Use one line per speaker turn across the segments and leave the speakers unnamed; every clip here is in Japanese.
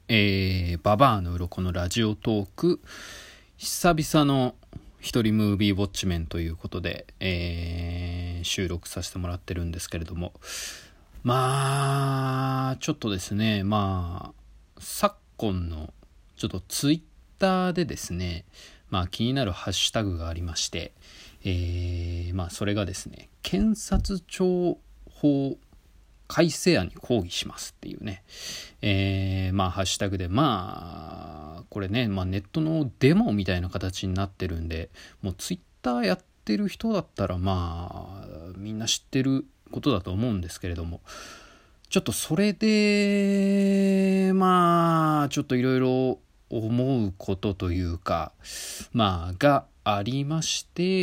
ババアの鱗のラジオトーク、久々の一人ムービーウォッチメンということで、収録させてもらってるんですけれども、ちょっとですね、昨今のちょっとツイッターでですね、気になるハッシュタグがありまして、それがですね、検察庁法改正案に抗議しますっていうね、ハッシュタグでこれね、ネットのデモみたいな形になってるんで、もうツイッターやってる人だったらみんな知ってることだと思うんですけれども、ちょっとそれでちょっといろいろ思うことというかがありまして、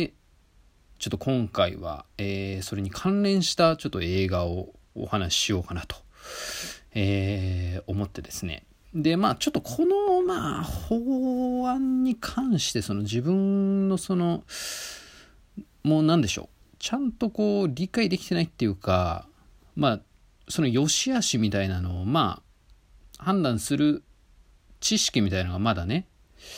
ちょっと今回は、それに関連したちょっと映画をお話ししようかなと、思ってですね。でちょっとこの法案に関してその自分のもうなんでしょう、ちゃんとこう理解できてないっていうか、その良し悪しみたいなのを判断する知識みたいなのがまだね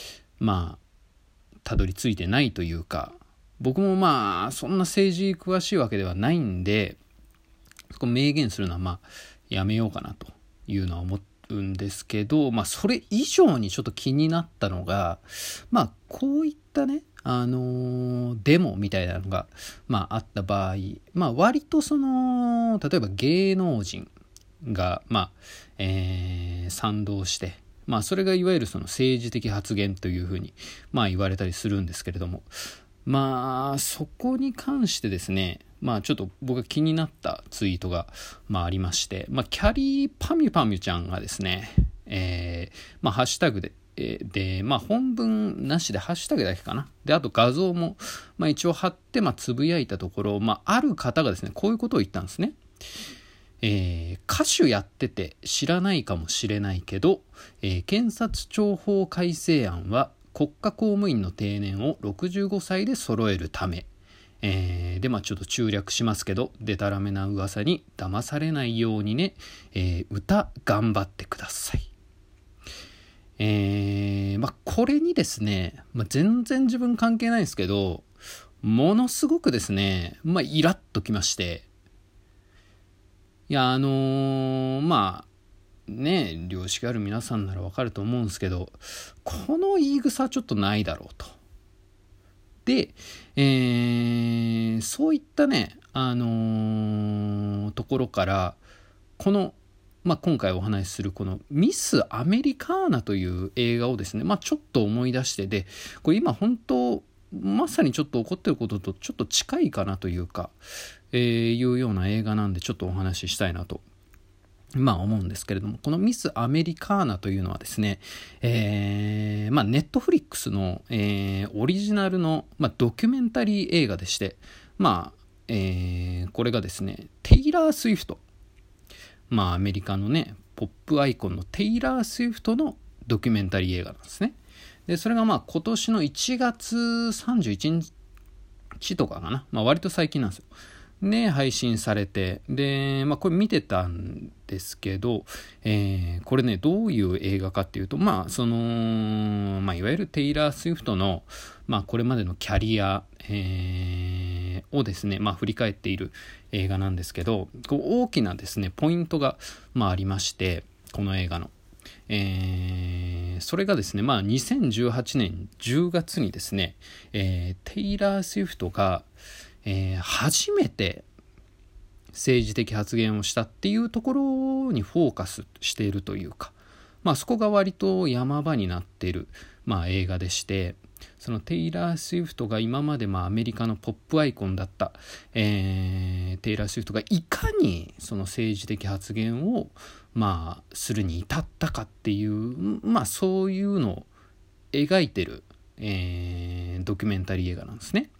たどり着いてないというか、僕もそんな政治詳しいわけではないんで、そこ明言するのはやめようかなというのは思うんですけど、それ以上にちょっと気になったのがこういったねデモみたいなのがあった場合、割と例えば芸能人が賛同して、それがいわゆるその政治的発言というふうに言われたりするんですけれども、そこに関してですね、ちょっと僕が気になったツイートがありまして、キャリーパミュパミュちゃんがですね、ハッシュタグで本文なしでハッシュタグだけかな。で、あと画像も一応貼ってつぶやいたところ、ある方がですね、こういうことを言ったんですね。歌手やってて知らないかもしれないけど、検察庁法改正案は国家公務員の定年を65歳で揃えるため、でちょっと中略しますけど、でたらめな噂に騙されないようにね、歌頑張ってください。これにですね、全然自分関係ないんですけど、ものすごくですね、イラッときまして、良識ある皆さんならわかると思うんですけど、この言い草はちょっとないだろうと。で、そういったね、ところから、この、今回お話しするこのミス・アメリカーナという映画をですね、ちょっと思い出して、で、これ今本当、まさにちょっと起こってることとちょっと近いかなというか、いうような映画なんでちょっとお話ししたいなと思うんですけれども、このミス・アメリカーナというのはですね、ネットフリックスの、オリジナルの、ドキュメンタリー映画でして、これがですね、テイラー・スウィフト、アメリカのねポップアイコンのテイラー・スウィフトのドキュメンタリー映画なんですね。でそれが今年の1月31日とかかな、割と最近なんですよ。で配信されて、でこれ見てたんですけど、これねどういう映画かっていうと、いわゆるテイラー・スウィフトのこれまでのキャリア、をですね振り返っている映画なんですけど、大きなですねポイントがありまして、この映画のそれがですね2018年10月にですね、テイラー・スウィフトが初めて政治的発言をしたっていうところにフォーカスしているというか、そこが割と山場になっている、映画でして、そのテイラー・スウィフトが今までアメリカのポップアイコンだった、テイラー・スウィフトがいかにその政治的発言をするに至ったかっていうそういうのを描いてる、ドキュメンタリー映画なんですね。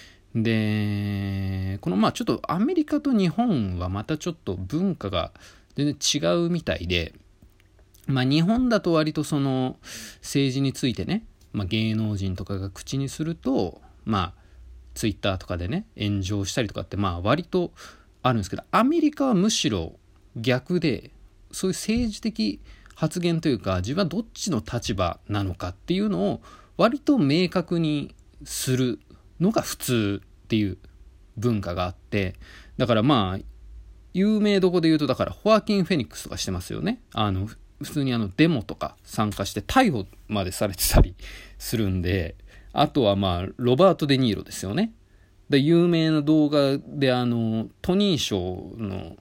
でこのちょっとアメリカと日本はまたちょっと文化が全然違うみたいで、日本だと割とその政治についてね、芸能人とかが口にするとツイッターとかでね炎上したりとかって割とあるんですけど、アメリカはむしろ逆で、そういう政治的発言というか、自分はどっちの立場なのかっていうのを割と明確にするのが普通っていう文化があって、だからまあ有名どこで言うと、だからホアキン・フェニックスとかしてますよね。普通にデモとか参加して逮捕までされてたりするんで、あとはまあロバート・デ・ニーロですよね。で有名な動画でトニー賞の、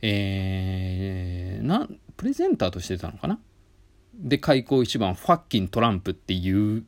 プレゼンターとしてたのかな。で開口一番ファッキントランプっていう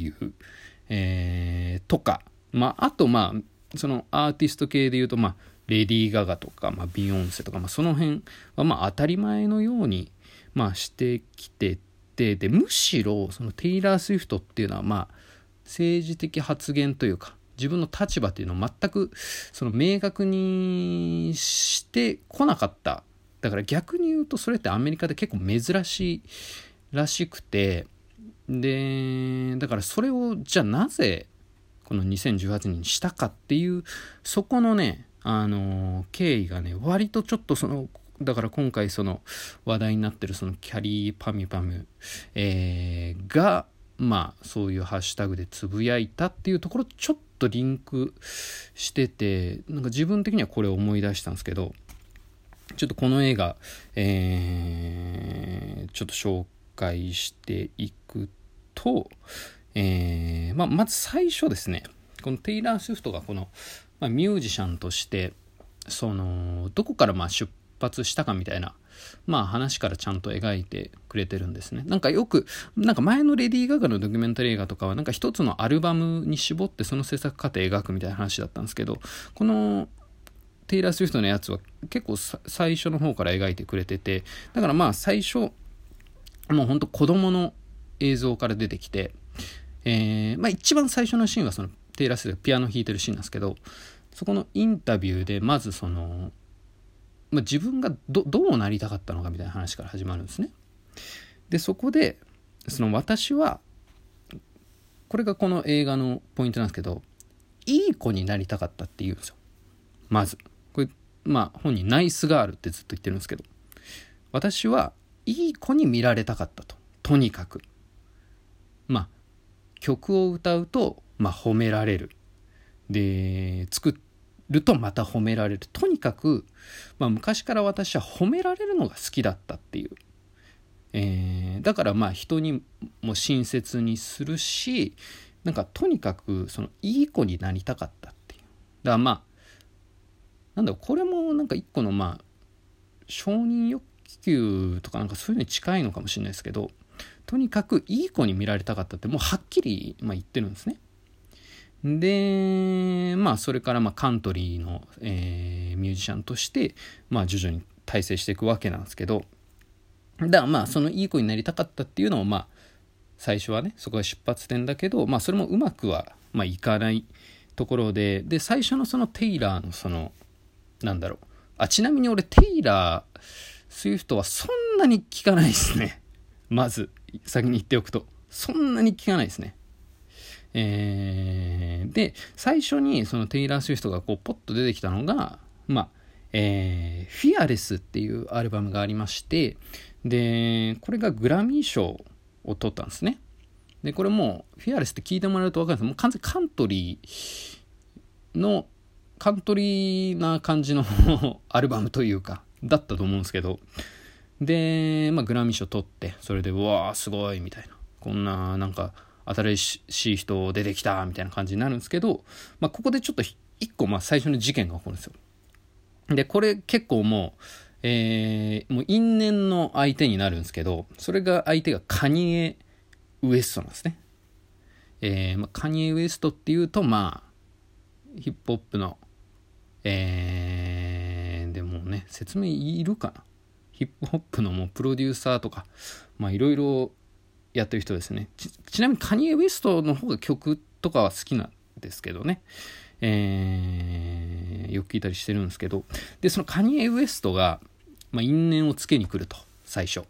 とか、まああとまあそのアーティスト系で言うと、まあレディー・ガガとか、まあ、ビヨンセとか、まあ、その辺はまあ当たり前のように、まあ、してきてて、でむしろそのテイラー・スウィフトっていうのは、まあ政治的発言というか自分の立場っていうのを全くその明確にしてこなかった。だから逆に言うとそれってアメリカで結構珍しいらしくて、でだからそれをじゃあなぜこの2018年にしたかっていうそこのね経緯がね割とちょっとだから今回その話題になってるそのキャリーパミュパム、がまあそういうハッシュタグでつぶやいたっていうところとちょっとリンクしてて、なんか自分的にはこれを思い出したんですけど、ちょっとこの映画、ちょっと紹介していくと、まず最初ですね、このテイラー・スウィフトがこの、ミュージシャンとしてどこから出発したかみたいな、話からちゃんと描いてくれてるんですね。なんか前のレディー・ガガのドキュメンタリー映画とかはなんか一つのアルバムに絞ってその制作過程を描くみたいな話だったんですけど、このテイラー・スウィフトのやつは結構最初の方から描いてくれてて、だから最初もうほんと子供の映像から出てきて、一番最初のシーンはそのテイラー・スウィフトがピアノ弾いてるシーンなんですけど、そこのインタビューでまず自分がどうなりたかったのかみたいな話から始まるんですね。でそこで私はこれがこの映画のポイントなんですけど、いい子になりたかったって言うんですよ。まずこれ本人ナイスガールってずっと言ってるんですけど、私はいい子に見られたかったと。とにかく曲を歌うと褒められる、で作るとまた褒められる、とにかく昔から私は褒められるのが好きだったっていう、だから人にも親切にするし、なんかとにかくいい子になりたかったっていう。だからこれもなんか一個の承認欲求とかなんかそういうのに近いのかもしれないですけど、とにかくいい子に見られたかったってもうはっきり言ってるんですね。でそれからカントリーの、ミュージシャンとして徐々に大成していくわけなんですけど、だからそのいい子になりたかったっていうのを最初はねそこが出発点だけど、それもうまくはいかないところで、最初のそのテイラーのちなみに俺テイラー・スウィフトはそんなに聞かないですね。まず先に言っておくとそんなに聞かないですね。で最初にそのテイラー・スウィフトがポッと出てきたのがフィアレスっていうアルバムがありまして、でこれがグラミー賞を取ったんですね。でこれもうフィアレスって聞いてもらうと分かるんですけど、もう完全にカントリーな感じのアルバムというかだったと思うんですけど、でグラミー賞取って、それでうわーすごいみたいな、こんななんか新しい人出てきたみたいな感じになるんですけど、ここでちょっと一個最初の事件が起こるんですよ。でこれ結構もう因縁の相手になるんですけど、それが相手がカニエ・ウエストなんですね。カニエ・ウエストっていうとヒップホップのでもね説明いるかな、ヒップホップのもうプロデューサーとかいろいろやってる人ですね。ちなみにカニエ・ウエストの方が曲とかは好きなんですけどね、よく聞いたりしてるんですけど、でそのカニエ・ウエストが、因縁をつけに来ると最初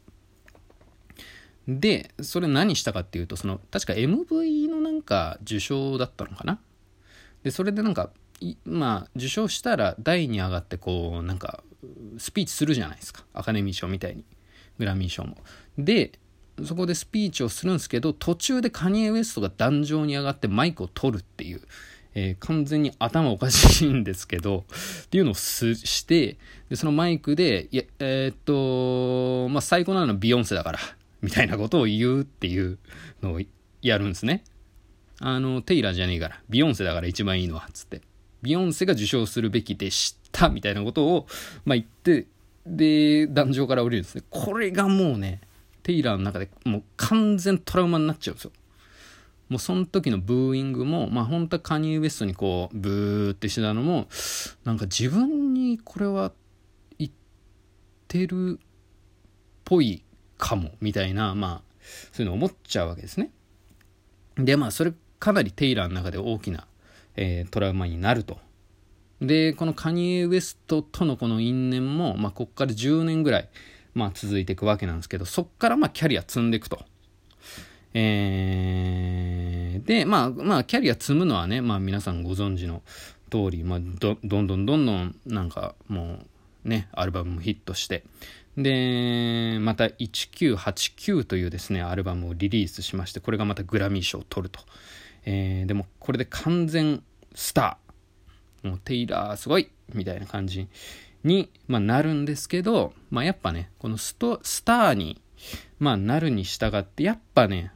で、それ何したかっていうと、確か MV のなんか受賞だったのかな。でそれでなんか受賞したら台に上がってなんかスピーチするじゃないですか、アカデミー賞みたいに。 グラミー賞も。でそこでスピーチをするんですけど、途中でカニエ・ウェストが壇上に上がってマイクを取るっていう、完全に頭おかしいんですけどっていうのをして、でそのマイクで最高なのはビヨンセだからみたいなことを言うっていうのをやるんですね。テイラーじゃねえからビヨンセだから一番いいのはつって、ビヨンセが受賞するべきでしたみたいなことを、言って、で壇上から降りるんですね。これがもうね、テイラーの中でもう完全トラウマになっちゃうんですよ。もうその時のブーイングも、本当はカニエ・ウェストにこうブーってしてたのも、なんか自分にこれは言ってるっぽいかもみたいな、そういうの思っちゃうわけですね。でそれかなりテイラーの中で大きな、トラウマになると。でこのカニエ・ウェストとのこの因縁も、こっから10年ぐらい続いていくわけなんですけど、そっからキャリア積んでいくと。でキャリア積むのはね、皆さんご存知の通り、どんどんなんかもうねアルバムもヒットして、でまた1989というですねアルバムをリリースしまして、これがまたグラミー賞を取ると。でもこれで完全スター、もうテイラーすごいみたいな感じに、なるんですけど、やっぱねこのスターに、なるに従って、やっぱね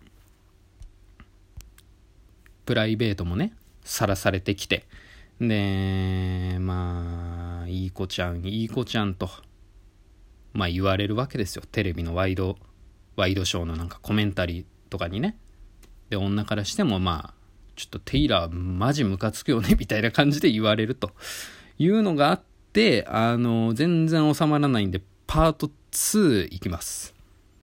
プライベートもねさらされてきて、でいい子ちゃんと言われるわけですよ。テレビのワイドショーのなんかコメンタリーとかにね。で女からしてもちょっとテイラーマジムカつくよねみたいな感じで言われるというのがあって、全然収まらないんでパート2いきます。